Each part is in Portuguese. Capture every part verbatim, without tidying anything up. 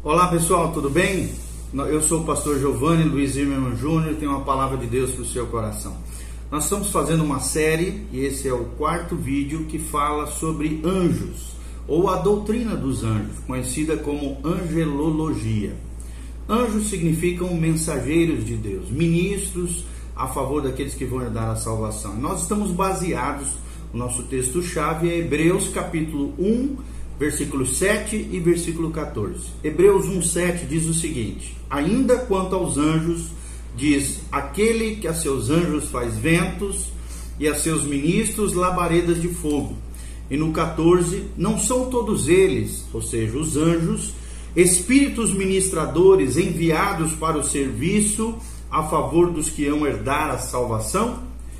Olá pessoal, tudo bem? Eu sou o pastor Giovanni Luiz Zimmermann Júnior e tenho uma palavra de Deus para o seu coração. Nós estamos fazendo uma série, e esse é o quarto vídeo, que fala sobre anjos, ou a doutrina dos anjos, conhecida como angelologia. Anjos significam mensageiros de Deus, ministros a favor daqueles que vão herdar a salvação. Nós estamos baseados, o nosso texto-chave é Hebreus capítulo um, versículos sete e versículo quatorze. Hebreus um, sete diz o seguinte: ainda quanto aos anjos, diz, aquele que a seus anjos faz ventos e a seus ministros labaredas de fogo. E no quatorze, não são todos eles, ou seja, os anjos, espíritos ministradores enviados para o serviço a favor dos que hão herdar a salvação?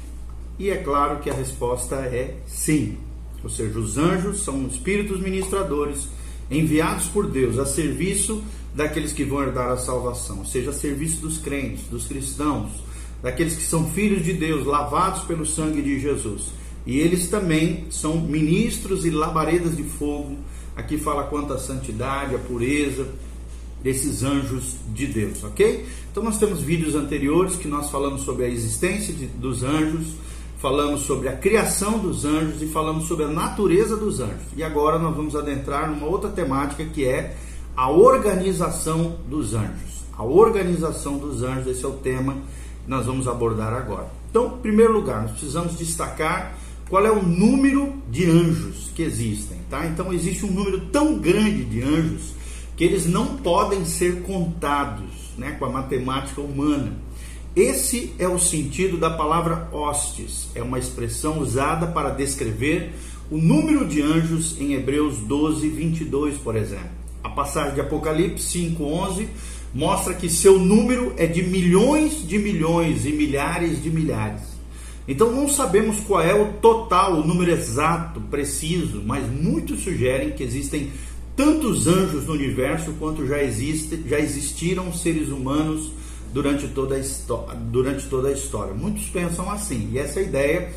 E é claro que a resposta é sim. Ou seja, os anjos são espíritos ministradores enviados por Deus a serviço daqueles que vão herdar a salvação, ou seja, a serviço dos crentes, dos cristãos, daqueles que são filhos de Deus, lavados pelo sangue de Jesus. E eles também são ministros e labaredas de fogo. Aqui fala quanto à santidade, a pureza desses anjos de Deus, ok? Então nós temos vídeos anteriores que nós falamos sobre a existência de, dos anjos, falamos sobre a criação dos anjos e falamos sobre a natureza dos anjos. E agora nós vamos adentrar numa outra temática que é a organização dos anjos. A organização dos anjos, esse é o tema que nós vamos abordar agora. Então, em primeiro lugar, nós precisamos destacar qual é o número de anjos que existem, tá? Então, existe um número tão grande de anjos que eles não podem ser contados, né, com a matemática humana. Esse é o sentido da palavra hostes, é uma expressão usada para descrever o número de anjos em Hebreus doze, vinte e dois, por exemplo. A passagem de Apocalipse cinco, onze mostra que seu número é de milhões de milhões e milhares de milhares. Então não sabemos qual é o total, o número exato, preciso, mas muitos sugerem que existem tantos anjos no universo quanto já, existe, já existiram seres humanos durante toda, a história, durante toda a história. Muitos pensam assim, e essa ideia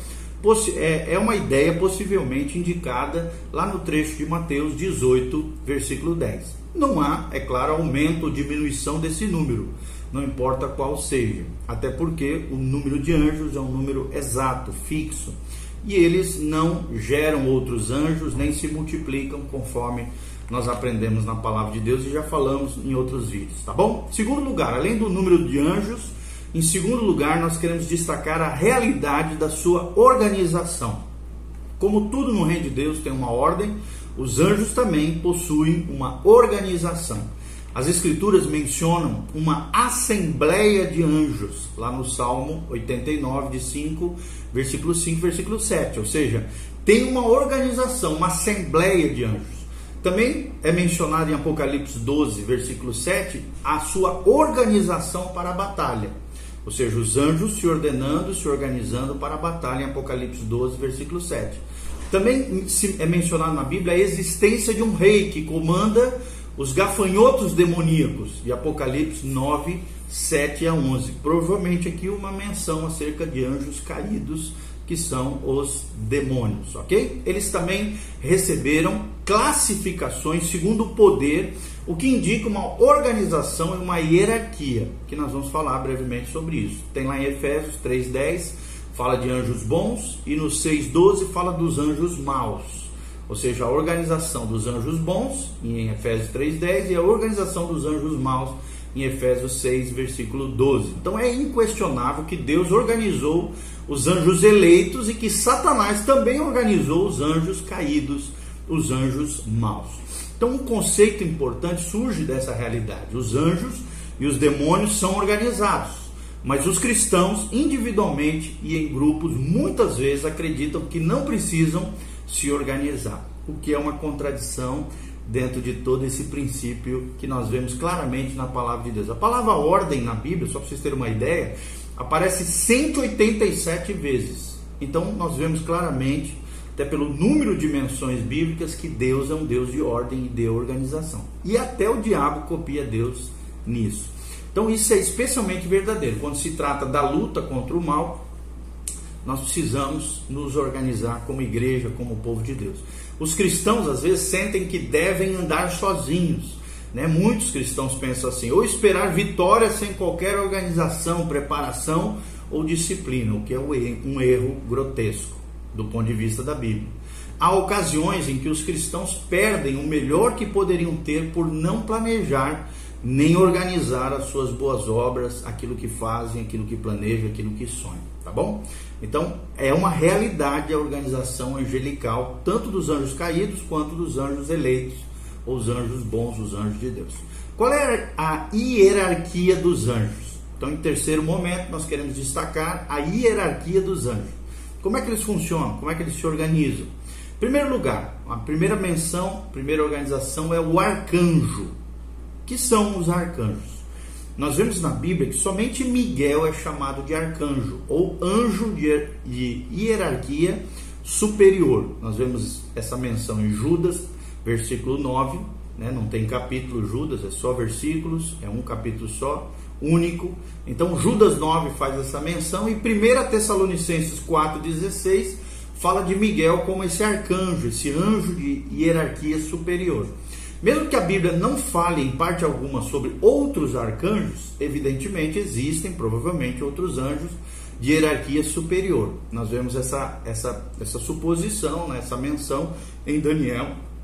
é uma ideia possivelmente indicada lá no trecho de Mateus dezoito, versículo dez. Não há, é claro, aumento ou diminuição desse número, não importa qual seja, até porque o número de anjos é um número exato, fixo, e eles não geram outros anjos, nem se multiplicam conforme nós aprendemos na palavra de Deus e já falamos em outros vídeos, tá bom? Segundo lugar, além do número de anjos, em segundo lugar, nós queremos destacar a realidade da sua organização. Como tudo no reino de Deus tem uma ordem, os anjos também possuem uma organização. As escrituras mencionam uma assembleia de anjos, lá no Salmo oitenta e nove, de cinco, versículo cinco, versículo sete, ou seja, tem uma organização, uma assembleia de anjos. Também é mencionado em Apocalipse doze, versículo sete, a sua organização para a batalha. Ou seja, os anjos se ordenando, se organizando para a batalha em Apocalipse doze, versículo sete. Também é mencionado na Bíblia a existência de um rei que comanda os gafanhotos demoníacos, de Apocalipse nove, sete a onze. Provavelmente aqui uma menção acerca de anjos caídos, que são os demônios, ok? Eles também receberam classificações segundo o poder, o que indica uma organização e uma hierarquia, que nós vamos falar brevemente sobre isso. Tem lá em Efésios três, dez, fala de anjos bons, e no seis, doze fala dos anjos maus, ou seja, a organização dos anjos bons em Efésios três, dez e a organização dos anjos maus em Efésios seis, versículo doze. Então é inquestionável que Deus organizou os anjos eleitos e que Satanás também organizou os anjos caídos, os anjos maus. Então um conceito importante surge dessa realidade. Os anjos e os demônios são organizados, mas os cristãos individualmente e em grupos muitas vezes acreditam que não precisam se organizar, o que é uma contradição dentro de todo esse princípio que nós vemos claramente na palavra de Deus. A palavra ordem na Bíblia, só para vocês terem uma ideia, aparece cento e oitenta e sete vezes. Então nós vemos claramente, até pelo número de menções bíblicas, que Deus é um Deus de ordem e de organização. E até o diabo copia Deus nisso. Então isso é especialmente verdadeiro. Quando se trata da luta contra o mal, nós precisamos nos organizar como igreja, como povo de Deus. Os cristãos às vezes sentem que devem andar sozinhos, né? Muitos cristãos pensam assim, ou esperar vitória sem qualquer organização, preparação ou disciplina, o que é um erro grotesco do ponto de vista da Bíblia. Há ocasiões em que os cristãos perdem o melhor que poderiam ter por não planejar nem organizar as suas boas obras, aquilo que fazem, aquilo que planejam, aquilo que sonham, tá bom? Então, é uma realidade a organização angelical, tanto dos anjos caídos quanto dos anjos eleitos, ou os anjos bons, os anjos de Deus. Qual é a hierarquia dos anjos? Então, em terceiro momento, nós queremos destacar a hierarquia dos anjos. Como é que eles funcionam? Como é que eles se organizam? Em primeiro lugar, a primeira menção, a primeira organização é o arcanjo. Que são os arcanjos? Nós vemos na Bíblia que somente Miguel é chamado de arcanjo, ou anjo de hierarquia superior. Nós vemos essa menção em Judas, versículo nove, né? Não tem capítulo Judas, é só versículos, é um capítulo só, único. Então Judas nove faz essa menção, e primeira Tessalonicenses quatro, dezesseis fala de Miguel como esse arcanjo, esse anjo de hierarquia superior. Mesmo que a Bíblia não fale em parte alguma sobre outros arcanjos, evidentemente existem provavelmente outros anjos de hierarquia superior. Nós vemos essa, essa, essa suposição, né, essa menção em Daniel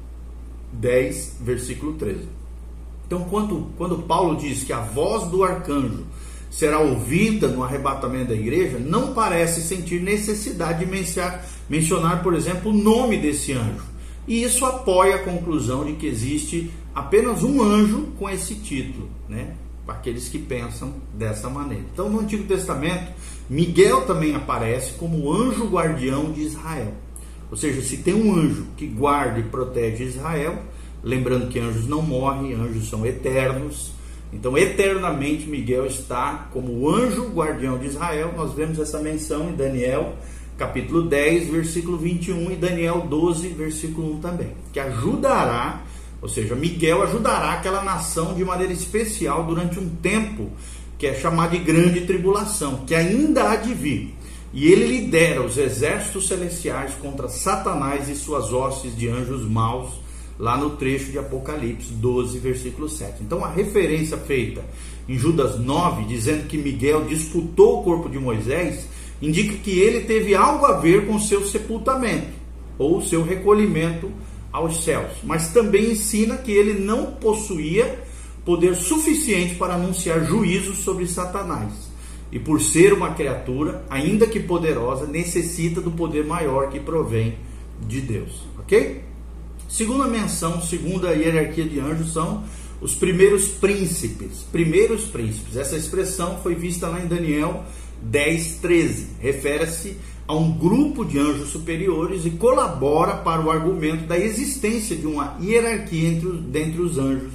dez, versículo treze. Então, quando, quando Paulo diz que a voz do arcanjo será ouvida no arrebatamento da igreja, não parece sentir necessidade de mencionar, mencionar, por exemplo, o nome desse anjo. E isso apoia a conclusão de que existe apenas um anjo com esse título, né? Para aqueles que pensam dessa maneira. Então, no Antigo Testamento, Miguel também aparece como anjo guardião de Israel. Ou seja, se tem um anjo que guarda e protege Israel, lembrando que anjos não morrem, anjos são eternos. Então, eternamente, Miguel está como anjo guardião de Israel. Nós vemos essa menção em Daniel capítulo dez, versículo vinte e um, e Daniel doze, versículo um também, que ajudará, ou seja, Miguel ajudará aquela nação de maneira especial durante um tempo que é chamado de grande tribulação, que ainda há de vir, e ele lidera os exércitos celestiais contra Satanás e suas hostes de anjos maus, lá no trecho de Apocalipse doze, versículo sete. Então a referência feita em Judas nove, dizendo que Miguel disputou o corpo de Moisés, indica que ele teve algo a ver com o seu sepultamento, ou seu recolhimento aos céus, mas também ensina que ele não possuía poder suficiente para anunciar juízo sobre Satanás, e por ser uma criatura, ainda que poderosa, necessita do poder maior que provém de Deus, ok? Segunda menção, segunda hierarquia de anjos, são os primeiros príncipes, primeiros príncipes. Essa expressão foi vista lá em Daniel dez, treze, refere-se a um grupo de anjos superiores e colabora para o argumento da existência de uma hierarquia entre, dentre os anjos,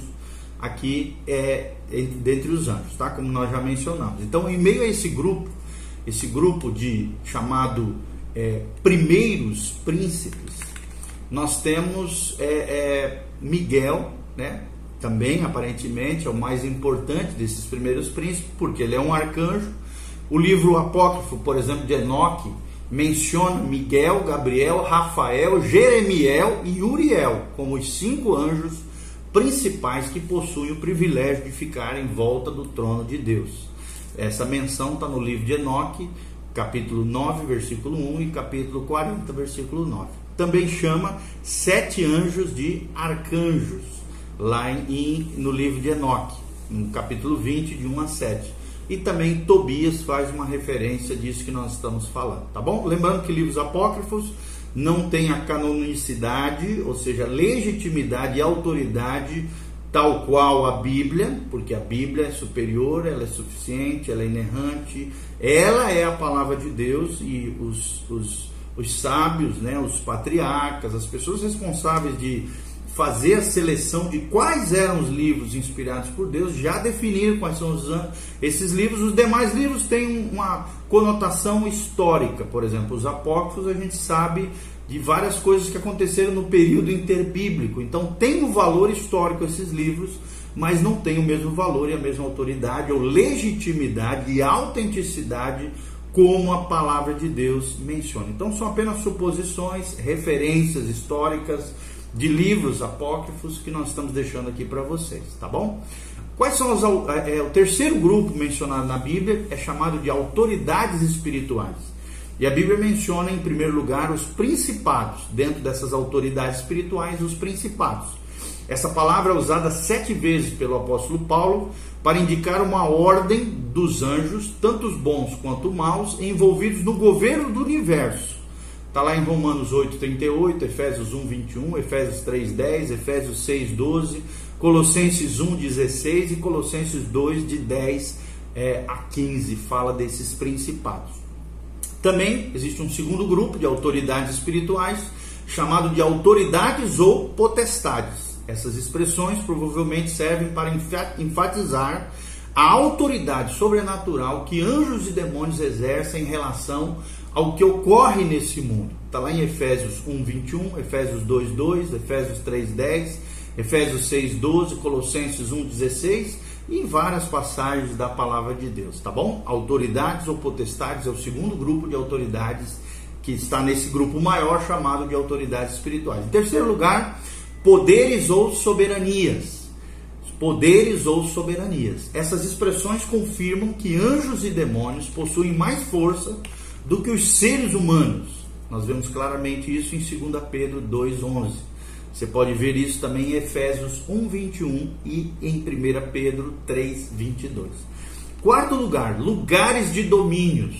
aqui é dentre os anjos, tá? Como nós já mencionamos. Então, em meio a esse grupo, esse grupo de chamado é, primeiros príncipes, nós temos é, é, Miguel, né? Também aparentemente é o mais importante desses primeiros príncipes, porque ele é um arcanjo. O livro apócrifo, por exemplo, de Enoque, menciona Miguel, Gabriel, Rafael, Jeremiel e Uriel como os cinco anjos principais que possuem o privilégio de ficar em volta do trono de Deus. Essa menção está no livro de Enoque, capítulo nove, versículo um, e capítulo quarenta, versículo nove. Também chama sete anjos de arcanjos, lá em, no livro de Enoque, no capítulo vinte, de um a sete. E também Tobias faz uma referência disso que nós estamos falando, tá bom? Lembrando que livros apócrifos não têm a canonicidade, ou seja, legitimidade e autoridade tal qual a Bíblia, porque a Bíblia é superior, ela é suficiente, ela é inerrante, ela é a palavra de Deus, e os, os, os sábios, né, os patriarcas, as pessoas responsáveis de fazer a seleção de quais eram os livros inspirados por Deus, já definiram quais são os, esses livros. Os demais livros têm uma conotação histórica, por exemplo, os apócrifos, a gente sabe de várias coisas que aconteceram no período interbíblico, então tem um valor histórico esses livros, mas não tem o mesmo valor e a mesma autoridade ou legitimidade e autenticidade como a palavra de Deus menciona. Então são apenas suposições, referências históricas, de livros apócrifos que nós estamos deixando aqui para vocês, tá bom? Quais são os, é, o terceiro grupo mencionado na Bíblia é chamado de autoridades espirituais. E a Bíblia menciona em primeiro lugar os principados, dentro dessas autoridades espirituais, os principados. Essa palavra é usada sete vezes pelo apóstolo Paulo para indicar uma ordem dos anjos, tanto os bons quanto os maus, envolvidos no governo do universo. Está lá em Romanos oito, trinta e oito, Efésios um, vinte e um, Efésios três, dez, Efésios seis, doze, Colossenses um, dezesseis e Colossenses dois, de dez é, a quinze, fala desses principados. Também existe um segundo grupo de autoridades espirituais, chamado de autoridades ou potestades. Essas expressões provavelmente servem para enfatizar a autoridade sobrenatural que anjos e demônios exercem em relação ao que ocorre nesse mundo. Está lá em Efésios um, vinte e um, Efésios dois, dois, Efésios três, dez, Efésios seis, doze, Colossenses um, dezesseis e em várias passagens da palavra de Deus, tá bom? Autoridades ou potestades é o segundo grupo de autoridades que está nesse grupo maior chamado de autoridades espirituais. Em terceiro lugar, poderes ou soberanias. Poderes ou soberanias. Essas expressões confirmam que anjos e demônios possuem mais força do que os seres humanos. Nós vemos claramente isso em dois Pedro dois, onze. Você pode ver isso também em Efésios um, vinte e um e em primeira Pedro três, vinte e dois. Quarto lugar, lugares de domínios.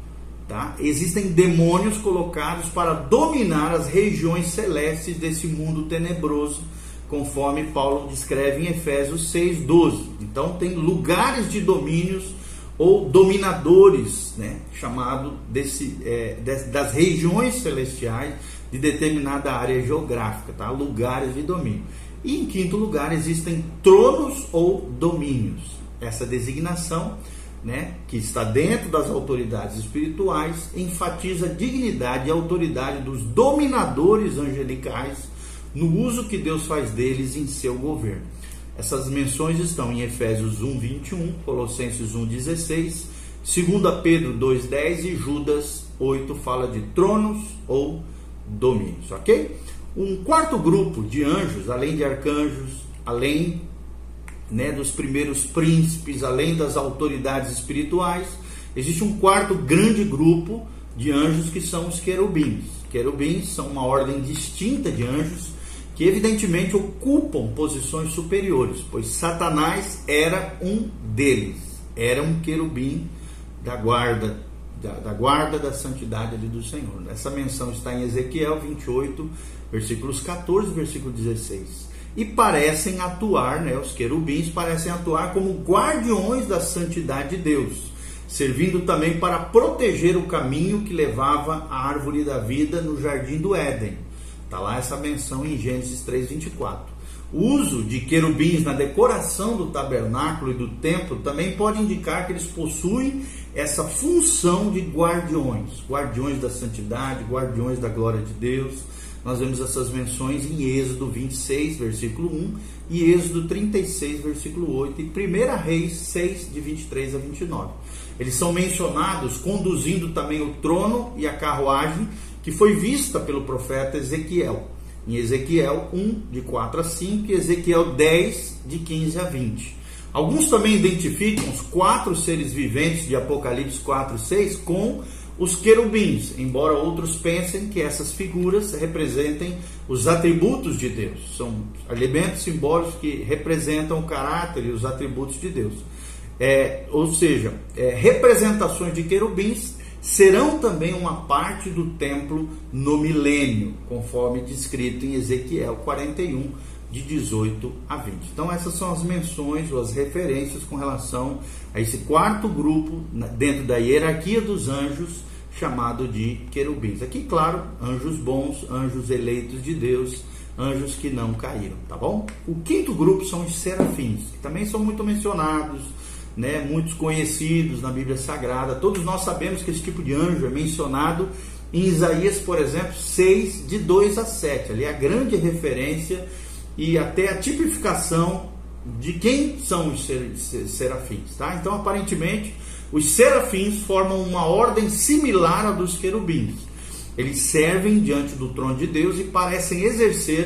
Tá? Existem demônios colocados para dominar as regiões celestes desse mundo tenebroso, conforme Paulo descreve em Efésios seis, doze. Então tem lugares de domínios ou dominadores, né, chamado desse, é, das regiões celestiais de determinada área geográfica, tá? Lugares de domínio. E em quinto lugar existem tronos ou domínios. Essa designação, né, que está dentro das autoridades espirituais, enfatiza a dignidade e autoridade dos dominadores angelicais no uso que Deus faz deles em seu governo. Essas menções estão em Efésios um, vinte e um, Colossenses um, dezesseis, dois Pedro dois, dez e Judas oito fala de tronos ou domínios, ok? Um quarto grupo de anjos, além de arcanjos, além, né, dos primeiros príncipes, além das autoridades espirituais, existe um quarto grande grupo de anjos que são os querubins. Querubins são uma ordem distinta de anjos que evidentemente ocupam posições superiores, pois Satanás era um deles, era um querubim da guarda, da, da guarda da santidade ali do Senhor. Essa menção está em Ezequiel vinte e oito, versículos catorze, versículo dezesseis. E parecem atuar, né, os querubins parecem atuar como guardiões da santidade de Deus, servindo também para proteger o caminho que levava à árvore da vida no jardim do Éden. Está lá essa menção em Gênesis três, vinte e quatro. O uso de querubins na decoração do tabernáculo e do templo também pode indicar que eles possuem essa função de guardiões, guardiões da santidade, guardiões da glória de Deus. Nós vemos essas menções em Êxodo vinte e seis, versículo um, e Êxodo trinta e seis, versículo oito, e primeira Reis seis, de vinte e três a vinte e nove. Eles são mencionados conduzindo também o trono e a carruagem que foi vista pelo profeta Ezequiel, em Ezequiel um, de quatro a cinco, e Ezequiel dez, de quinze a vinte. Alguns também identificam os quatro seres viventes de Apocalipse quatro, seis com os querubins, embora outros pensem que essas figuras representem os atributos de Deus. São elementos simbólicos que representam o caráter e os atributos de Deus. É, ou seja, é, representações de querubins serão também uma parte do templo no milênio, conforme descrito em Ezequiel quarenta e um, de dezoito a vinte. Então essas são as menções ou as referências com relação a esse quarto grupo dentro da hierarquia dos anjos, chamado de querubins. Aqui, claro, anjos bons, anjos eleitos de Deus, anjos que não caíram, tá bom? O quinto grupo são os serafins, que também são muito mencionados, né, muitos conhecidos na Bíblia Sagrada. Todos nós sabemos que esse tipo de anjo é mencionado em Isaías, por exemplo, seis, de dois a sete. Ali é a grande referência e até a tipificação de quem são os serafins, tá? Então, aparentemente, os serafins formam uma ordem similar à dos querubins. Eles servem diante do trono de Deus e parecem exercer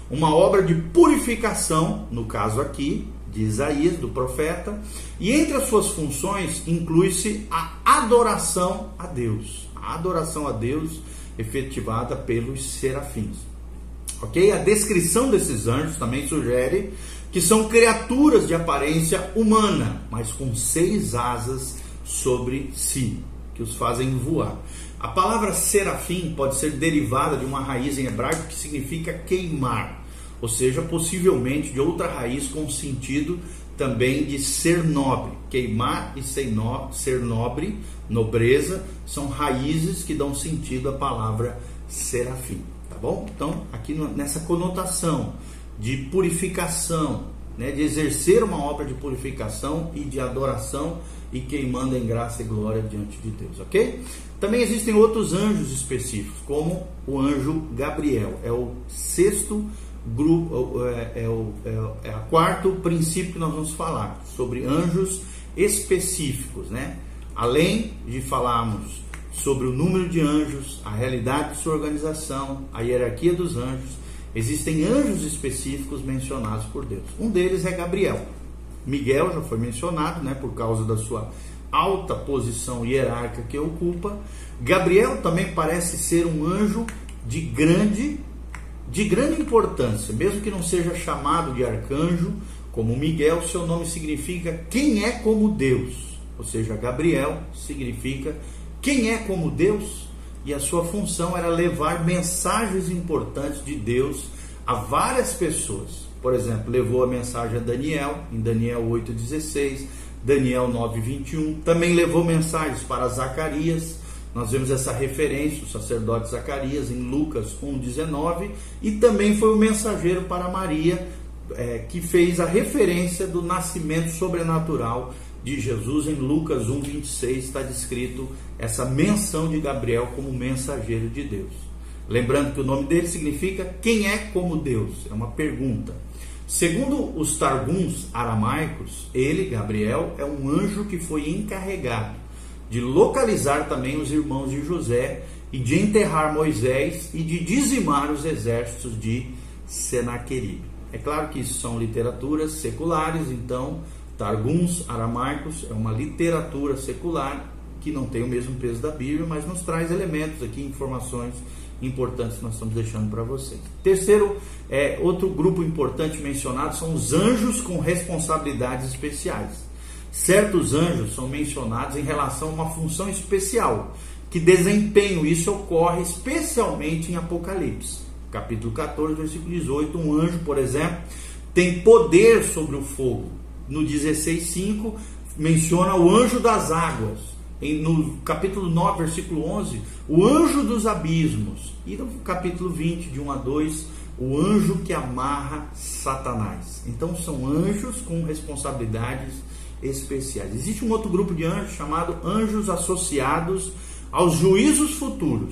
uma obra de purificação, no caso aqui, de Isaías, do profeta, e entre as suas funções inclui-se a adoração a Deus, a adoração a Deus efetivada pelos serafins. Ok? A descrição desses anjos também sugere que são criaturas de aparência humana, mas com seis asas sobre si, que os fazem voar. A palavra serafim pode ser derivada de uma raiz em hebraico que significa queimar, ou seja, possivelmente de outra raiz com sentido também de ser nobre. Queimar e ser nobre, nobreza, são raízes que dão sentido à palavra serafim, tá bom? Então, aqui nessa conotação de purificação, né, de exercer uma obra de purificação e de adoração e queimando em graça e glória diante de Deus, ok? Também existem outros anjos específicos, como o anjo Gabriel, é o sexto grupo, é, é, o, é, é o quarto princípio que nós vamos falar, sobre anjos específicos, né? Além de falarmos sobre o número de anjos, a realidade de sua organização, a hierarquia dos anjos, existem anjos específicos mencionados por Deus. Um deles é Gabriel. Miguel já foi mencionado, né, por causa da sua alta posição hierárquica que ocupa. Gabriel também parece ser um anjo de grande, de grande importância, mesmo que não seja chamado de arcanjo, como Miguel, seu nome significa quem é como Deus, ou seja, Gabriel significa quem é como Deus, e a sua função era levar mensagens importantes de Deus a várias pessoas. Por exemplo, levou a mensagem a Daniel, em Daniel oito, dezesseis, Daniel nove, vinte e um. Também levou mensagens para Zacarias. Nós vemos essa referência, o sacerdote Zacarias, em Lucas um, dezenove. E também foi o mensageiro para Maria, é, que fez a referência do nascimento sobrenatural de Jesus. Em Lucas um, vinte e seis está descrito essa menção de Gabriel como mensageiro de Deus. Lembrando que o nome dele significa quem é como Deus, é uma pergunta. Segundo os Targums aramaicos, ele, Gabriel, é um anjo que foi encarregado de localizar também os irmãos de José e de enterrar Moisés e de dizimar os exércitos de Senaqueribe. É claro que isso são literaturas seculares, então Targums aramaicos é uma literatura secular que não tem o mesmo peso da Bíblia, mas nos traz elementos aqui, informações importantes que nós estamos deixando para vocês. Terceiro, é, outro grupo importante mencionado são os anjos com responsabilidades especiais. Certos anjos são mencionados em relação a uma função especial que desempenham. Isso ocorre especialmente em Apocalipse, capítulo catorze, versículo dezoito. Um anjo, por exemplo, tem poder sobre o fogo. No dezesseis, cinco, menciona o anjo das águas. Em, no capítulo nove, versículo onze, o anjo dos abismos. E no capítulo vinte, de um a dois, o anjo que amarra Satanás. Então são anjos com responsabilidades especiais. Existe um outro grupo de anjos chamado anjos associados aos juízos futuros.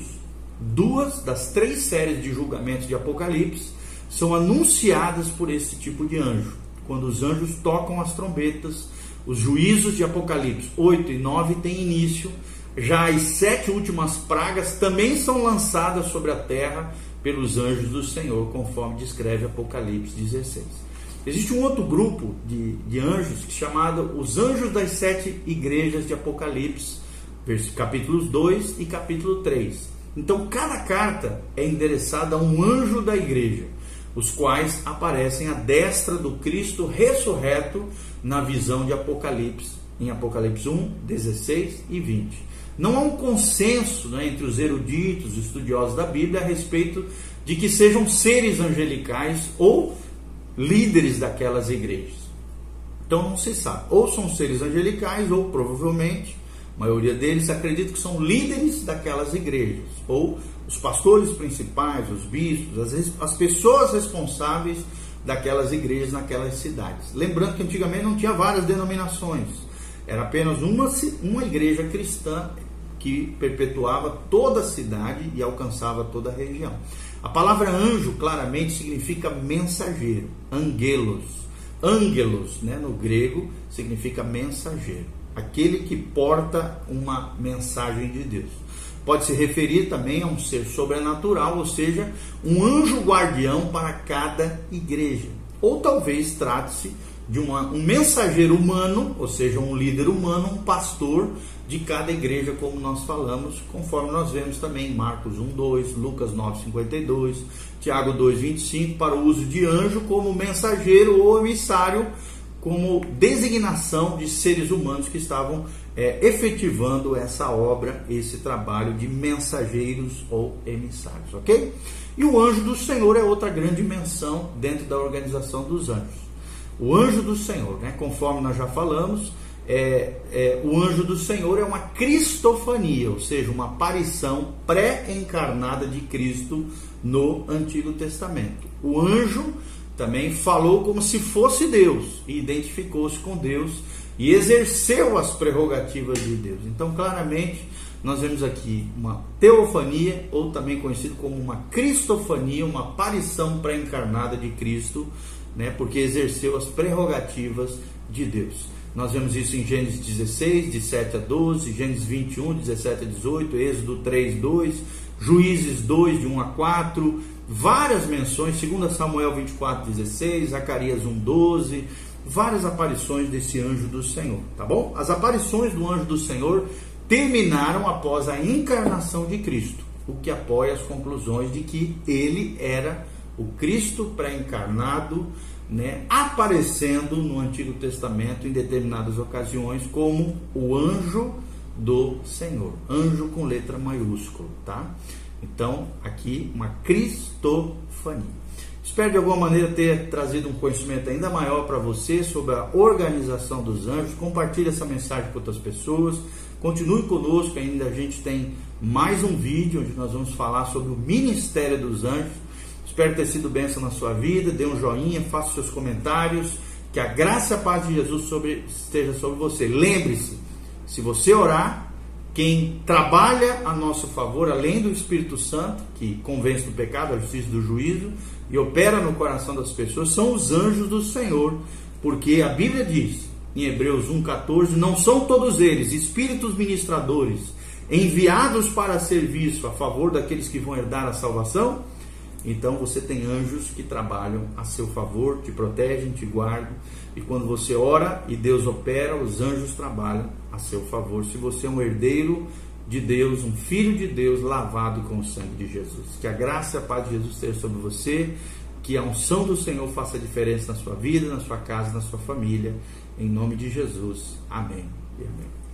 Duas das três séries de julgamentos de Apocalipse são anunciadas por esse tipo de anjo. Quando os anjos tocam as trombetas, os juízos de Apocalipse oito e nove têm início. Já as sete últimas pragas também são lançadas sobre a terra pelos anjos do Senhor, conforme descreve Apocalipse dezesseis. Existe um outro grupo de, de anjos chamado os anjos das sete igrejas de Apocalipse, capítulos dois e capítulo três. Então cada carta é endereçada a um anjo da igreja, os quais aparecem à destra do Cristo ressurreto na visão de Apocalipse, em Apocalipse um, dezesseis e vinte. Não há um consenso, né, entre os eruditos, estudiosos da Bíblia, a respeito de que sejam seres angelicais ou líderes daquelas igrejas. Então não se sabe, ou são seres angelicais, ou provavelmente, a maioria deles acredita que são líderes daquelas igrejas, ou os pastores principais, os bispos, as, as pessoas responsáveis daquelas igrejas naquelas cidades. Lembrando que antigamente não tinha várias denominações, era apenas uma, uma igreja cristã que perpetuava toda a cidade e alcançava toda a região. A palavra anjo claramente significa mensageiro, angelos. Angelos, né, no grego, significa mensageiro, aquele que porta uma mensagem de Deus. pode se referir também a um ser sobrenatural, ou seja, um anjo guardião para cada igreja. Ou talvez trate-se de uma, um mensageiro humano, ou seja, um líder humano, um pastor de cada igreja, como nós falamos, conforme nós vemos também em Marcos um, dois, Lucas nove, cinquenta e dois, Tiago dois, vinte e cinco, para o uso de anjo como mensageiro ou emissário, como designação de seres humanos que estavam é, efetivando essa obra, esse trabalho de mensageiros ou emissários, ok? E o anjo do Senhor é outra grande menção dentro da organização dos anjos. O anjo do Senhor, né, conforme nós já falamos, é, é, o anjo do Senhor é uma cristofania, ou seja, uma aparição pré-encarnada de Cristo no Antigo Testamento. O anjo também falou como se fosse Deus, e identificou-se com Deus, e exerceu as prerrogativas de Deus. Então, claramente, nós vemos aqui uma teofania, ou também conhecido como uma cristofania, uma aparição pré-encarnada de Cristo, né, porque exerceu as prerrogativas de Deus. Nós vemos isso em Gênesis dezesseis, de sete a doze, Gênesis vinte e um, dezessete a dezoito, Êxodo três, dois, Juízes dois, de um a quatro, várias menções, dois Samuel vinte e quatro, dezesseis, Zacarias um, doze, várias aparições desse anjo do Senhor, tá bom? As aparições do anjo do Senhor terminaram após a encarnação de Cristo, o que apoia as conclusões de que ele era o Cristo pré-encarnado, né, aparecendo no Antigo Testamento em determinadas ocasiões como o anjo do Senhor, anjo com letra maiúscula, tá? Então, aqui uma cristofania. Espero de alguma maneira ter trazido um conhecimento ainda maior para você sobre a organização dos anjos. Compartilhe essa mensagem com outras pessoas. Continue conosco, ainda a gente tem mais um vídeo onde nós vamos falar sobre o ministério dos anjos. Espero ter sido bênção na sua vida. Dê um joinha, faça seus comentários. Que a graça e a paz de Jesus sobre, esteja sobre você. Lembre-se, se você orar, quem trabalha a nosso favor, além do Espírito Santo, que convence do pecado, da justiça e do juízo, e opera no coração das pessoas, são os anjos do Senhor. Porque a Bíblia diz, em Hebreus um, quatorze, não são todos eles espíritos ministradores, enviados para serviço a favor daqueles que vão herdar a salvação? Então você tem anjos que trabalham a seu favor, te protegem, te guardam. E quando você ora e Deus opera, os anjos trabalham a seu favor. Se você é um herdeiro de Deus, um filho de Deus, lavado com o sangue de Jesus. Que a graça e a paz de Jesus esteja sobre você. Que a unção do Senhor faça diferença na sua vida, na sua casa, na sua família. Em nome de Jesus. Amém e amém.